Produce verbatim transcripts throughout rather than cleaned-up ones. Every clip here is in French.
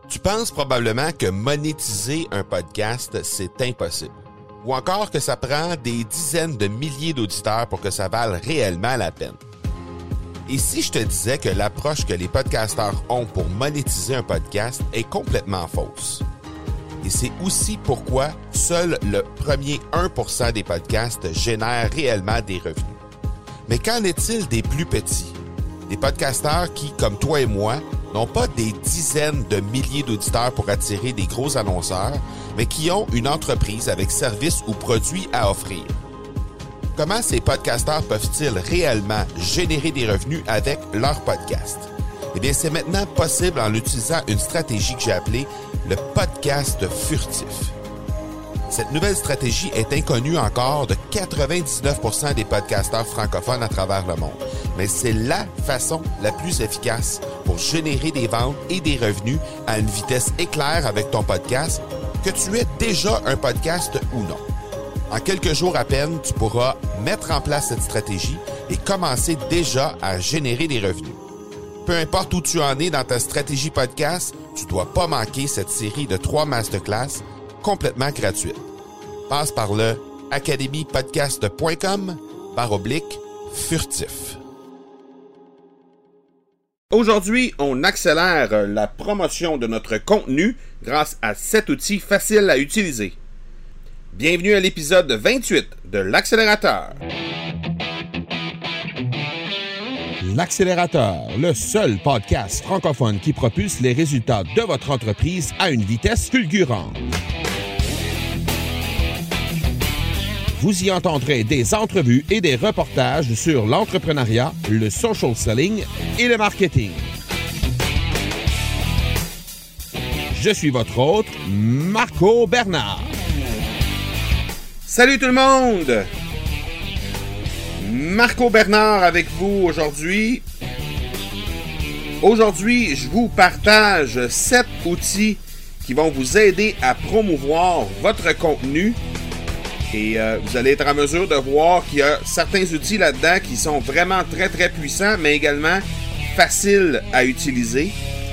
Tu penses probablement que monétiser un podcast, c'est impossible. Ou encore que ça prend des dizaines de milliers d'auditeurs pour que ça vale réellement la peine. Et si je te disais que l'approche que les podcasteurs ont pour monétiser un podcast est complètement fausse? Et c'est aussi pourquoi seul le premier un pour cent des podcasts génèrent réellement des revenus. Mais qu'en est-il des plus petits? Des podcasteurs qui, comme toi et moi, n'ont pas des dizaines de milliers d'auditeurs pour attirer des gros annonceurs, mais qui ont une entreprise avec services ou produits à offrir. Comment ces podcasteurs peuvent-ils réellement générer des revenus avec leur podcast? Eh bien, c'est maintenant possible en utilisant une stratégie que j'ai appelée le podcast furtif. Cette nouvelle stratégie est inconnue encore de quatre-vingt-dix-neuf pour cent des podcasteurs francophones à travers le monde. Mais c'est la façon la plus efficace pour générer des ventes et des revenus à une vitesse éclair avec ton podcast, que tu aies déjà un podcast ou non. En quelques jours à peine, tu pourras mettre en place cette stratégie et commencer déjà à générer des revenus. Peu importe où tu en es dans ta stratégie podcast, tu ne dois pas manquer cette série de trois masterclass complètement gratuite. Passe par le academy podcast point com barre oblique furtif. Aujourd'hui, on accélère la promotion de notre contenu grâce à sept outils faciles à utiliser. Bienvenue à l'épisode vingt-huit de l'Accélérateur. L'Accélérateur, le seul podcast francophone qui propulse les résultats de votre entreprise à une vitesse fulgurante. Vous y entendrez des entrevues et des reportages sur l'entrepreneuriat, le social selling et le marketing. Je suis votre hôte, Marco Bernard. Salut tout le monde! Marco Bernard avec vous aujourd'hui. Aujourd'hui, je vous partage sept outils qui vont vous aider à promouvoir votre contenu. Et euh, vous allez être en mesure de voir qu'il y a certains outils là-dedans qui sont vraiment très très puissants, mais également faciles à utiliser.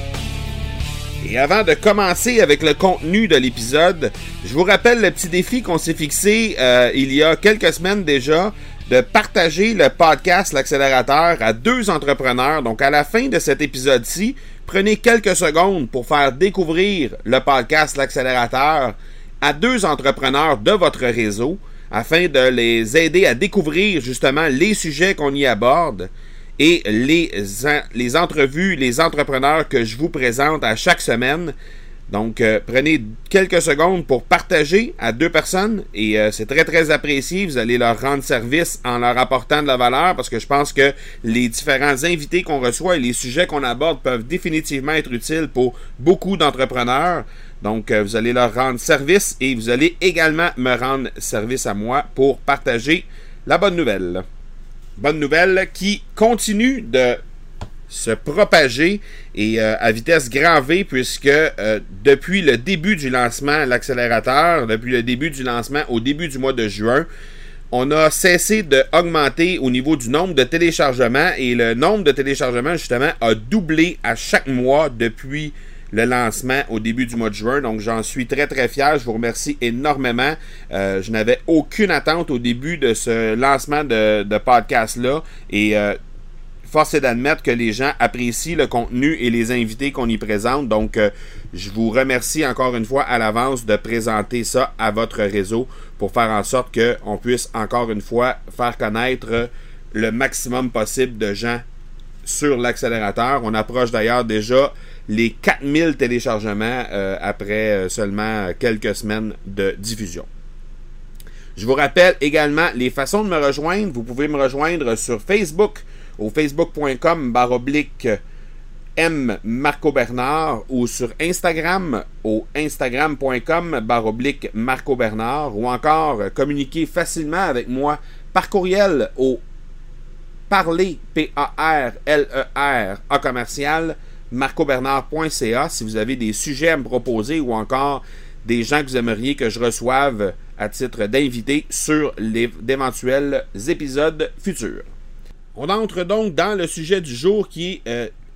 Et avant de commencer avec le contenu de l'épisode, je vous rappelle le petit défi qu'on s'est fixé euh, il y a quelques semaines déjà, de partager le podcast L'Accélérateur à deux entrepreneurs. Donc à la fin de cet épisode-ci, prenez quelques secondes pour faire découvrir le podcast L'Accélérateur à deux entrepreneurs de votre réseau afin de les aider à découvrir justement les sujets qu'on y aborde et les, les entrevues, les entrepreneurs que je vous présente à chaque semaine. Donc, euh, prenez quelques secondes pour partager à deux personnes et euh, c'est très, très apprécié. Vous allez leur rendre service en leur apportant de la valeur parce que je pense que les différents invités qu'on reçoit et les sujets qu'on aborde peuvent définitivement être utiles pour beaucoup d'entrepreneurs. Donc, euh, vous allez leur rendre service et vous allez également me rendre service à moi pour partager la bonne nouvelle. Bonne nouvelle qui continue de se propager et euh, à vitesse grand V puisque euh, depuis le début du lancement l'accélérateur, depuis le début du lancement au début du mois de juin, on a cessé d'augmenter au niveau du nombre de téléchargements et le nombre de téléchargements justement a doublé à chaque mois depuis le lancement au début du mois de juin. Donc j'en suis très très fier, je vous remercie énormément. Euh, je n'avais aucune attente au début de ce lancement de, de podcast-là et euh, force est d'admettre que les gens apprécient le contenu et les invités qu'on y présente. Donc, euh, je vous remercie encore une fois à l'avance de présenter ça à votre réseau pour faire en sorte qu'on puisse encore une fois faire connaître le maximum possible de gens sur l'accélérateur. On approche d'ailleurs déjà les quatre mille téléchargements euh, après euh, seulement quelques semaines de diffusion. Je vous rappelle également les façons de me rejoindre. Vous pouvez me rejoindre sur Facebook au facebook point com barre oblique M Marco Bernard ou sur Instagram au instagram point com barre oblique Marco Bernard ou encore communiquer facilement avec moi par courriel au parler P A R L E R A commercial marcobernard point c a si vous avez des sujets à me proposer ou encore des gens que vous aimeriez que je reçoive à titre d'invité sur les, d'éventuels épisodes futurs. On entre donc dans le sujet du jour qui est euh,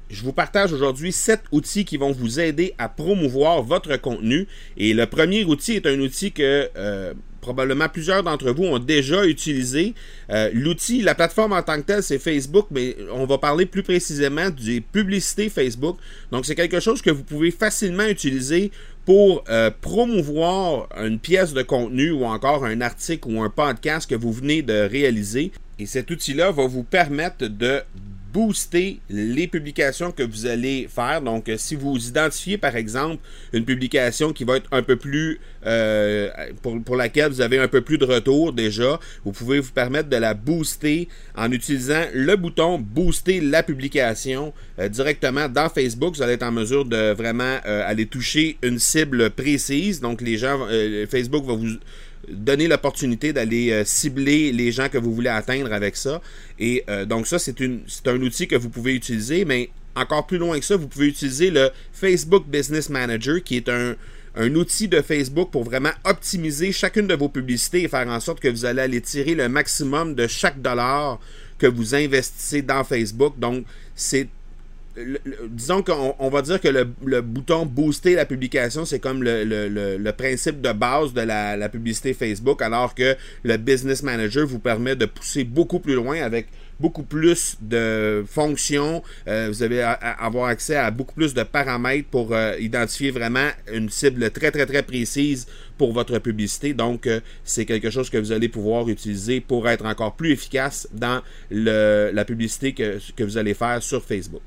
je vous partage aujourd'hui sept outils qui vont vous aider à promouvoir votre contenu. Et le premier outil est un outil que euh, probablement plusieurs d'entre vous ont déjà utilisé. Euh, l'outil, la plateforme en tant que telle, c'est Facebook, mais on va parler plus précisément des publicités Facebook. Donc, c'est quelque chose que vous pouvez facilement utiliser pour euh, promouvoir une pièce de contenu ou encore un article ou un podcast que vous venez de réaliser. Et cet outil-là va vous permettre de booster les publications que vous allez faire. Donc, si vous identifiez, par exemple, une publication qui va être un peu plus... Euh, pour, pour laquelle vous avez un peu plus de retour déjà, vous pouvez vous permettre de la booster en utilisant le bouton « Booster la publication euh, » directement dans Facebook. Vous allez être en mesure de vraiment euh, aller toucher une cible précise. Donc, les gens... Euh, Facebook va vous... donner l'opportunité d'aller euh, cibler les gens que vous voulez atteindre avec ça. Et euh, donc ça, c'est, une, c'est un outil que vous pouvez utiliser, mais encore plus loin que ça, vous pouvez utiliser le Facebook Business Manager, qui est un, un outil de Facebook pour vraiment optimiser chacune de vos publicités et faire en sorte que vous allez aller tirer le maximum de chaque dollar que vous investissez dans Facebook. Donc, c'est Le, le, disons qu'on on va dire que le, le bouton booster la publication, c'est comme le, le, le, le principe de base de la, la publicité Facebook, alors que le Business Manager vous permet de pousser beaucoup plus loin avec beaucoup plus de fonctions. Euh, vous allez a, a, avoir accès à beaucoup plus de paramètres pour euh, identifier vraiment une cible très très très précise pour votre publicité. Donc, euh, c'est quelque chose que vous allez pouvoir utiliser pour être encore plus efficace dans le, la publicité que, que vous allez faire sur Facebook.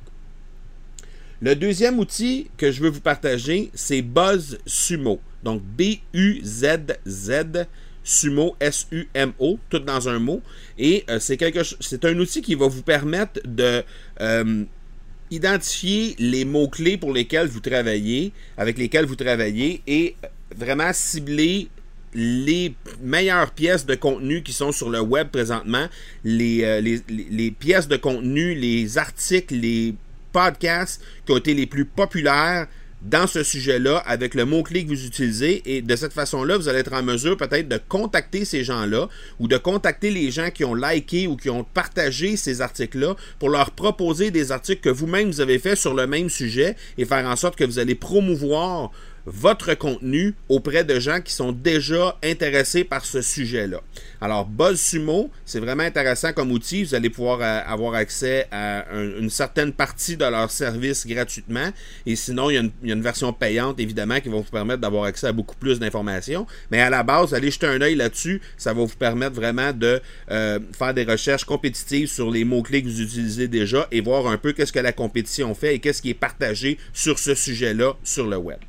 Le deuxième outil que je veux vous partager, c'est BuzzSumo. Donc, B U Z Z, Sumo, S U M O, tout dans un mot. Et euh, c'est, quelque, c'est un outil qui va vous permettre de euh, identifier les mots-clés pour lesquels vous travaillez, avec lesquels vous travaillez, et vraiment cibler les meilleures pièces de contenu qui sont sur le web présentement, les, euh, les, les, les pièces de contenu, les articles, les podcasts qui ont été les plus populaires dans ce sujet-là avec le mot-clé que vous utilisez, et de cette façon-là, vous allez être en mesure peut-être de contacter ces gens-là ou de contacter les gens qui ont liké ou qui ont partagé ces articles-là pour leur proposer des articles que vous-même vous avez fait sur le même sujet et faire en sorte que vous allez promouvoir votre contenu auprès de gens qui sont déjà intéressés par ce sujet-là. Alors, BuzzSumo, c'est vraiment intéressant comme outil. Vous allez pouvoir euh, avoir accès à un, une certaine partie de leur service gratuitement. Et sinon, il y, a une, il y a une version payante, évidemment, qui va vous permettre d'avoir accès à beaucoup plus d'informations. Mais à la base, allez jeter un œil là-dessus. Ça va vous permettre vraiment de euh, faire des recherches compétitives sur les mots-clés que vous utilisez déjà et voir un peu qu'est-ce que la compétition fait et qu'est-ce qui est partagé sur ce sujet-là sur le web.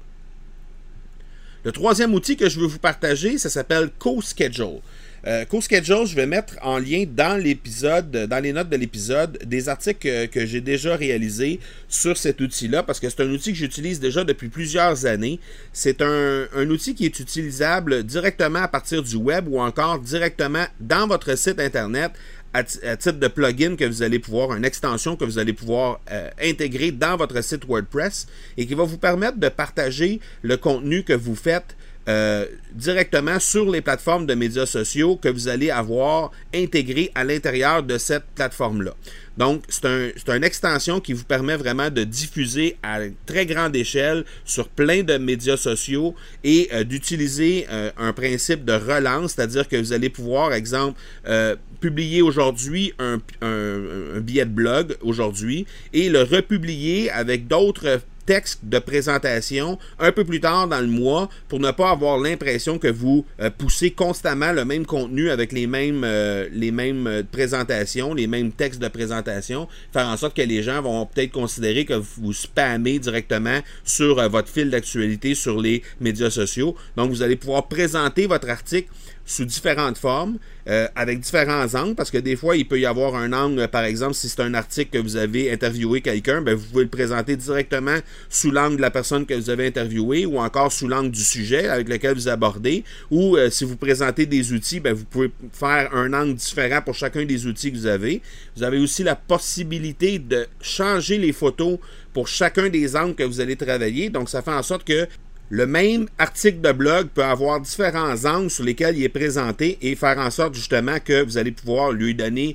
Le troisième outil que je veux vous partager, ça s'appelle CoSchedule. Euh, CoSchedule, je vais mettre en lien dans l'épisode, dans les notes de l'épisode, des articles que, que j'ai déjà réalisés sur cet outil-là, parce que c'est un outil que j'utilise déjà depuis plusieurs années. C'est un, un outil qui est utilisable directement à partir du web ou encore directement dans votre site Internet à, t- à titre de plugin que vous allez pouvoir, une extension que vous allez pouvoir euh, intégrer dans votre site WordPress et qui va vous permettre de partager le contenu que vous faites Euh, directement sur les plateformes de médias sociaux que vous allez avoir intégrées à l'intérieur de cette plateforme-là. Donc, c'est, un, c'est une extension qui vous permet vraiment de diffuser à très grande échelle sur plein de médias sociaux et euh, d'utiliser euh, un principe de relance, c'est-à-dire que vous allez pouvoir, exemple, euh, publier aujourd'hui un, un, un billet de blog aujourd'hui et le republier avec d'autres texte de présentation un peu plus tard dans le mois pour ne pas avoir l'impression que vous euh, poussez constamment le même contenu avec les mêmes, euh, les mêmes euh, présentations, les mêmes textes de présentation, faire en sorte que les gens vont peut-être considérer que vous spammez directement sur euh, votre fil d'actualité sur les médias sociaux. Donc, vous allez pouvoir présenter votre article sous différentes formes, euh, avec différents angles, parce que des fois, il peut y avoir un angle, par exemple, si c'est un article que vous avez interviewé quelqu'un, ben, vous pouvez le présenter directement sous l'angle de la personne que vous avez interviewé, ou encore sous l'angle du sujet avec lequel vous abordez, ou euh, si vous présentez des outils, ben, vous pouvez faire un angle différent pour chacun des outils que vous avez. Vous avez aussi la possibilité de changer les photos pour chacun des angles que vous allez travailler, donc ça fait en sorte que le même article de blog peut avoir différents angles sur lesquels il est présenté et faire en sorte justement que vous allez pouvoir lui donner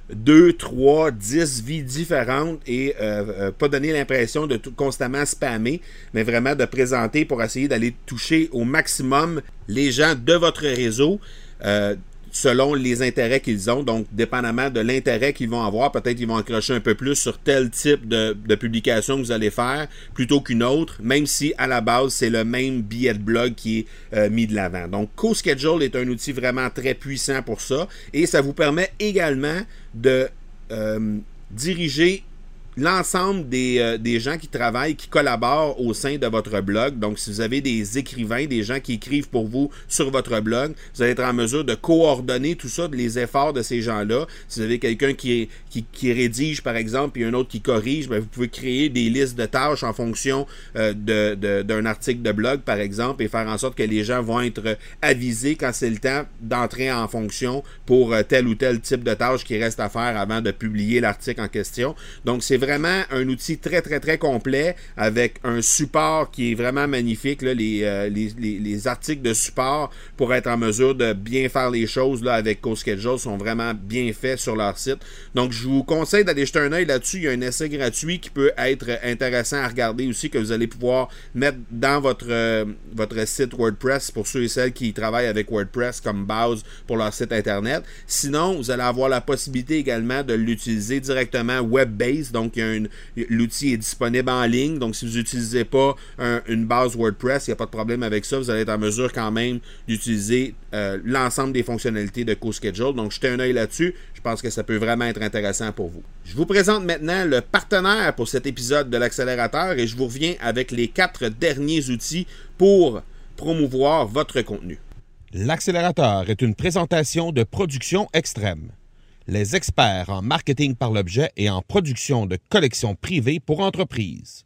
deux, trois, dix vies différentes et euh, euh, pas donner l'impression de tout constamment spammer, mais vraiment de présenter pour essayer d'aller toucher au maximum les gens de votre réseau euh, selon les intérêts qu'ils ont. Donc, dépendamment de l'intérêt qu'ils vont avoir, peut-être qu'ils vont accrocher un peu plus sur tel type de, de publication que vous allez faire plutôt qu'une autre, même si à la base, c'est le même billet de blog qui est euh, mis de l'avant. Donc, CoSchedule est un outil vraiment très puissant pour ça et ça vous permet également de euh, diriger l'ensemble des, euh, des gens qui travaillent, qui collaborent au sein de votre blog. Donc, si vous avez des écrivains, des gens qui écrivent pour vous sur votre blog, vous allez être en mesure de coordonner tout ça, les efforts de ces gens-là. Si vous avez quelqu'un qui, qui, qui rédige, par exemple, et un autre qui corrige, bien, vous pouvez créer des listes de tâches en fonction euh, de, de, d'un article de blog, par exemple, et faire en sorte que les gens vont être avisés quand c'est le temps d'entrer en fonction pour euh, tel ou tel type de tâche qui reste à faire avant de publier l'article en question. Donc, c'est vraiment un outil très, très, très complet avec un support qui est vraiment magnifique. Là, les, euh, les, les, les articles de support pour être en mesure de bien faire les choses là, avec CoSchedule sont vraiment bien faits sur leur site. Donc, je vous conseille d'aller jeter un œil là-dessus. Il y a un essai gratuit qui peut être intéressant à regarder aussi, que vous allez pouvoir mettre dans votre, euh, votre site WordPress pour ceux et celles qui travaillent avec WordPress comme base pour leur site Internet. Sinon, vous allez avoir la possibilité également de l'utiliser directement web-based. Donc, il y a une, l'outil est disponible en ligne. Donc, si vous n'utilisez pas un, une base WordPress, il n'y a pas de problème avec ça. Vous allez être en mesure quand même d'utiliser euh, l'ensemble des fonctionnalités de CoSchedule. Donc, jetez un œil là-dessus. Je pense que ça peut vraiment être intéressant pour vous. Je vous présente maintenant le partenaire pour cet épisode de l'accélérateur et je vous reviens avec les quatre derniers outils pour promouvoir votre contenu. L'accélérateur est une présentation de Production Extrême, les experts en marketing par l'objet et en production de collections privées pour entreprises.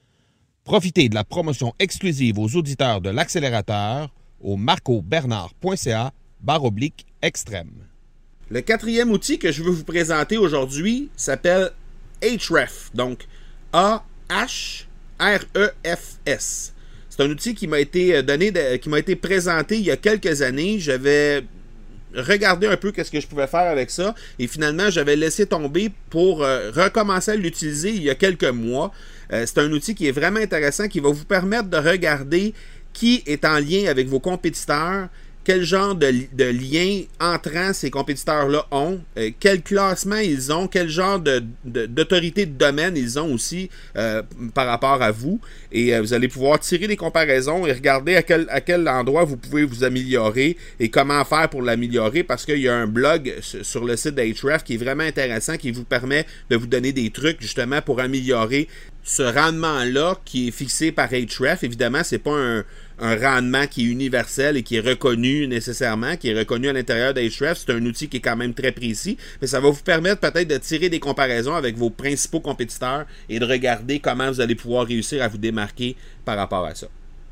Profitez de la promotion exclusive aux auditeurs de l'accélérateur au marcobernard.ca barre oblique extrême. Le quatrième outil que je veux vous présenter aujourd'hui s'appelle Ahrefs, donc A H R E F S. C'est un outil qui m'a été donné, de, qui m'a été présenté il y a quelques années. J'avais regardé un peu qu'est-ce que je pouvais faire avec ça et finalement j'avais laissé tomber pour euh, recommencer à l'utiliser il y a quelques mois. Euh, c'est un outil qui est vraiment intéressant, qui va vous permettre de regarder qui est en lien avec vos compétiteurs, quel genre de, de lien entrant ces compétiteurs-là ont, euh, quel classement ils ont, quel genre de, de, d'autorité de domaine ils ont aussi euh, par rapport à vous. Et euh, vous allez pouvoir tirer des comparaisons et regarder à quel, à quel endroit vous pouvez vous améliorer et comment faire pour l'améliorer, parce qu'il y a un blog sur le site d'Ahrefs qui est vraiment intéressant, qui vous permet de vous donner des trucs justement pour améliorer ce rendement-là qui est fixé par Ahrefs. Évidemment, c'est pas un, un rendement qui est universel et qui est reconnu nécessairement, qui est reconnu à l'intérieur d'Ahrefs. C'est un outil qui est quand même très précis, mais ça va vous permettre peut-être de tirer des comparaisons avec vos principaux compétiteurs et de regarder comment vous allez pouvoir réussir à vous démarquer par rapport à ça.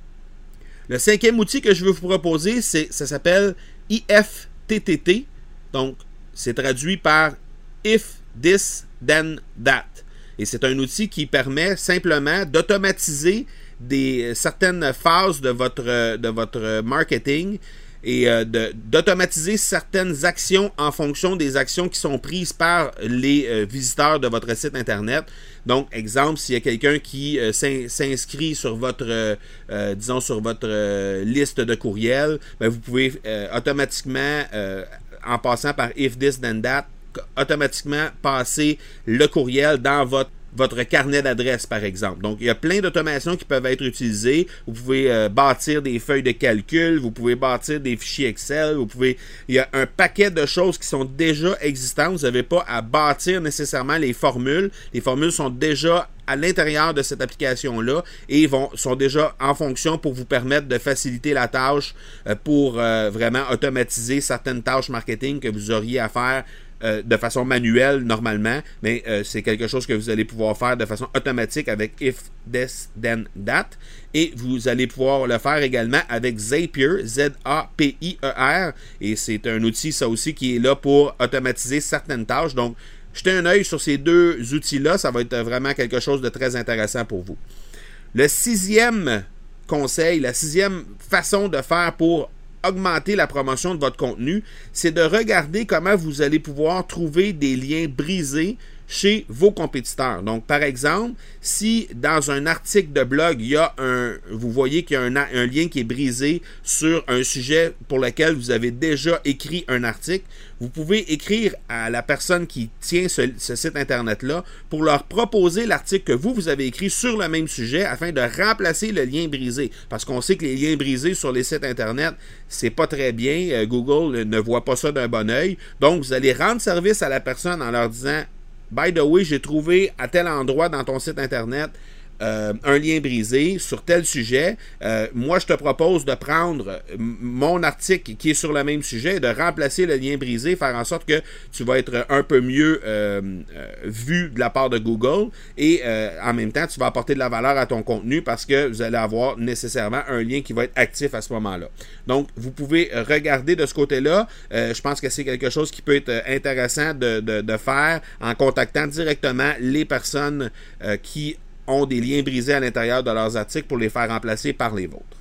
Le cinquième outil que je veux vous proposer, c'est, ça s'appelle I F T T T. Donc, c'est traduit par If This Then That. Et c'est un outil qui permet simplement d'automatiser des, certaines phases de votre, de votre marketing et euh, de, d'automatiser certaines actions en fonction des actions qui sont prises par les euh, visiteurs de votre site Internet. Donc, exemple, s'il y a quelqu'un qui euh, s'inscrit sur votre, euh, euh, disons, sur votre euh, liste de courriels, ben, vous pouvez euh, automatiquement, euh, en passant par If This Then That, automatiquement passer le courriel dans votre votre carnet d'adresses, par exemple. Donc, il y a plein d'automations qui peuvent être utilisées. Vous pouvez euh, bâtir des feuilles de calcul, vous pouvez bâtir des fichiers Excel, vous pouvez... Il y a un paquet de choses qui sont déjà existantes. Vous n'avez pas à bâtir nécessairement les formules. Les formules sont déjà à l'intérieur de cette application-là et vont, sont déjà en fonction pour vous permettre de faciliter la tâche euh, pour euh, vraiment automatiser certaines tâches marketing que vous auriez à faire Euh, de façon manuelle normalement, mais euh, c'est quelque chose que vous allez pouvoir faire de façon automatique avec If This Then That, et vous allez pouvoir le faire également avec Zapier, Z A P I E R, et c'est un outil ça aussi qui est là pour automatiser certaines tâches. Donc jetez un œil sur ces deux outils-là, ça va être vraiment quelque chose de très intéressant pour vous. Le sixième conseil, la sixième façon de faire pour augmenter la promotion de votre contenu, c'est de regarder comment vous allez pouvoir trouver des liens brisés chez vos compétiteurs. Donc, par exemple, si dans un article de blog, il y a un, vous voyez qu'il y a un, un lien qui est brisé sur un sujet pour lequel vous avez déjà écrit un article, vous pouvez écrire à la personne qui tient ce, ce site Internet-là pour leur proposer l'article que vous, vous avez écrit sur le même sujet afin de remplacer le lien brisé. Parce qu'on sait que les liens brisés sur les sites Internet, c'est pas très bien. Google ne voit pas ça d'un bon œil. Donc, vous allez rendre service à la personne en leur disant « By the way, j'ai trouvé à tel endroit dans ton site Internet euh, un lien brisé sur tel sujet. Euh, moi, je te propose de prendre mon article qui est sur le même sujet et de remplacer le lien brisé, faire en sorte que tu vas être un peu mieux euh, euh, vu de la part de Google et euh, en même temps, tu vas apporter de la valeur à ton contenu parce que vous allez avoir nécessairement un lien qui va être actif à ce moment-là. Donc, vous pouvez regarder de ce côté-là. Euh, je pense que c'est quelque chose qui peut être intéressant de, de, de faire en contactant directement les personnes euh, qui ont des liens brisés à l'intérieur de leurs articles pour les faire remplacer par les vôtres.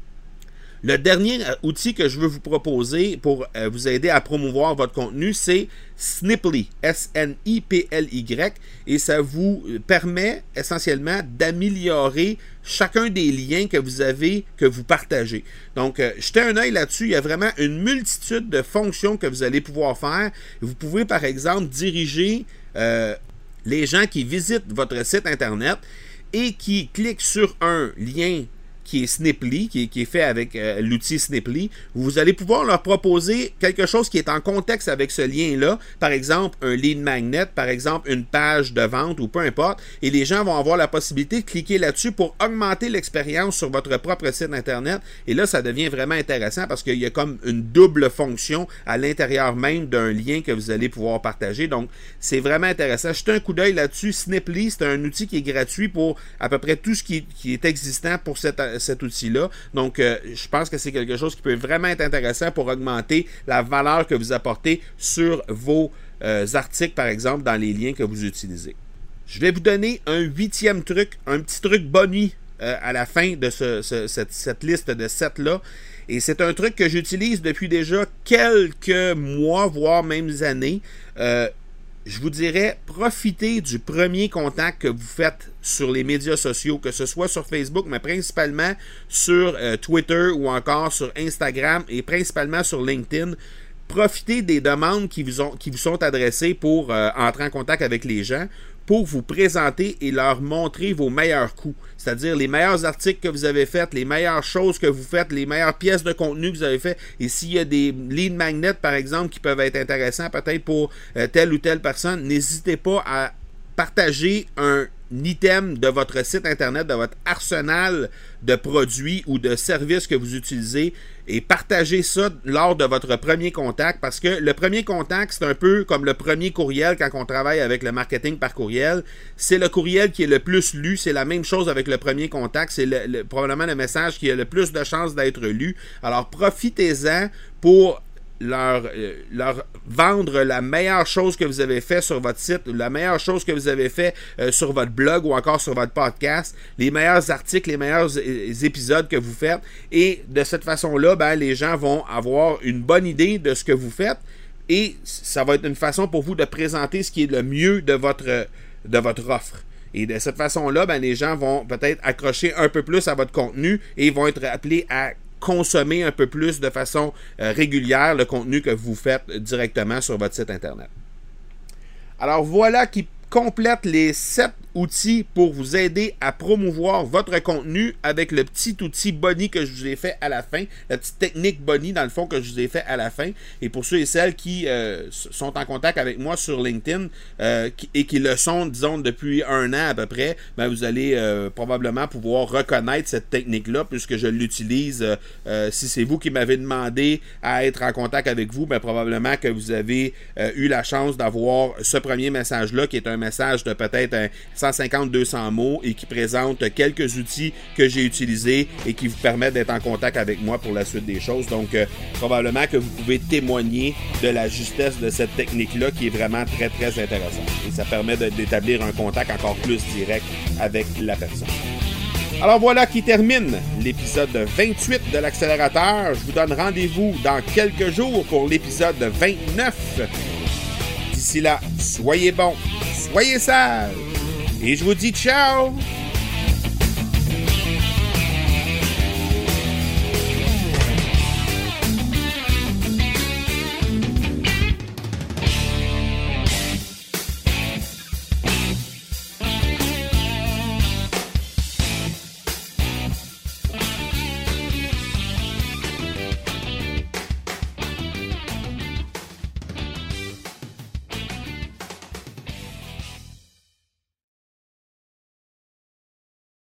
Le dernier outil que je veux vous proposer pour euh, vous aider à promouvoir votre contenu, c'est Sniply, S N I P L Y, et ça vous permet essentiellement d'améliorer chacun des liens que vous avez, que vous partagez. Donc, euh, jetez un œil là-dessus, il y a vraiment une multitude de fonctions que vous allez pouvoir faire. Vous pouvez, par exemple, diriger euh, les gens qui visitent votre site Internet et qui cliquent sur un lien qui est Sniply, qui est, qui est fait avec euh, l'outil Sniply, vous allez pouvoir leur proposer quelque chose qui est en contexte avec ce lien-là, par exemple un lead magnet, par exemple une page de vente ou peu importe, et les gens vont avoir la possibilité de cliquer là-dessus pour augmenter l'expérience sur votre propre site Internet, et là ça devient vraiment intéressant parce qu'il y a comme une double fonction à l'intérieur même d'un lien que vous allez pouvoir partager, donc c'est vraiment intéressant. Jetez un coup d'œil là-dessus. Sniply, c'est un outil qui est gratuit pour à peu près tout ce qui, qui est existant pour cette cet outil-là. Donc, euh, je pense que c'est quelque chose qui peut vraiment être intéressant pour augmenter la valeur que vous apportez sur vos euh, articles, par exemple, dans les liens que vous utilisez. Je vais vous donner un huitième truc, un petit truc boni euh, à la fin de ce, ce, cette, cette liste de sept-là. Et c'est un truc que j'utilise depuis déjà quelques mois, voire même années. Euh, Je vous dirais, profitez du premier contact que vous faites sur les médias sociaux, que ce soit sur Facebook, mais principalement sur euh, Twitter ou encore sur Instagram et principalement sur LinkedIn. Profitez des demandes qui vous, ont, qui vous sont adressées pour euh, entrer en contact avec les gens, pour vous présenter et leur montrer vos meilleurs coups. C'est-à-dire les meilleurs articles que vous avez faits, les meilleures choses que vous faites, les meilleures pièces de contenu que vous avez fait. Et s'il y a des lead magnets, par exemple, qui peuvent être intéressants peut-être pour euh, telle ou telle personne, n'hésitez pas à partager un item de votre site Internet, de votre arsenal de produits ou de services que vous utilisez et partagez ça lors de votre premier contact parce que le premier contact, c'est un peu comme le premier courriel quand on travaille avec le marketing par courriel. C'est le courriel qui est le plus lu. C'est la même chose avec le premier contact. C'est le, le, probablement le message qui a le plus de chances d'être lu. Alors, profitez-en pour Leur, euh, leur vendre la meilleure chose que vous avez fait sur votre site, la meilleure chose que vous avez fait euh, sur votre blog ou encore sur votre podcast, les meilleurs articles, les meilleurs é- épisodes que vous faites. Et de cette façon-là, ben, les gens vont avoir une bonne idée de ce que vous faites et ça va être une façon pour vous de présenter ce qui est le mieux de votre, de votre offre. Et de cette façon-là, ben, les gens vont peut-être accrocher un peu plus à votre contenu et vont être appelés à consommer un peu plus de façon euh, régulière le contenu que vous faites directement sur votre site Internet. Alors voilà qui complète les sept outils pour vous aider à promouvoir votre contenu avec le petit outil Boni que je vous ai fait à la fin, la petite technique Boni dans le fond que je vous ai fait à la fin. Et pour ceux et celles qui euh, sont en contact avec moi sur LinkedIn euh, qui, et qui le sont, disons, depuis un an à peu près, ben, vous allez euh, probablement pouvoir reconnaître cette technique-là puisque je l'utilise. Euh, euh, si c'est vous qui m'avez demandé à être en contact avec vous, ben, probablement que vous avez euh, eu la chance d'avoir ce premier message-là qui est un message de peut-être un cent cinquante à deux cents mots et qui présente quelques outils que j'ai utilisés et qui vous permettent d'être en contact avec moi pour la suite des choses. Donc, euh, probablement que vous pouvez témoigner de la justesse de cette technique-là qui est vraiment très, très intéressante. Et ça permet de, d'établir un contact encore plus direct avec la personne. Alors voilà qui termine l'épisode vingt-huit de l'Accélérateur. Je vous donne rendez-vous dans quelques jours pour l'épisode vingt-neuf. D'ici là, soyez bons, soyez sages, et je vous dis ciao!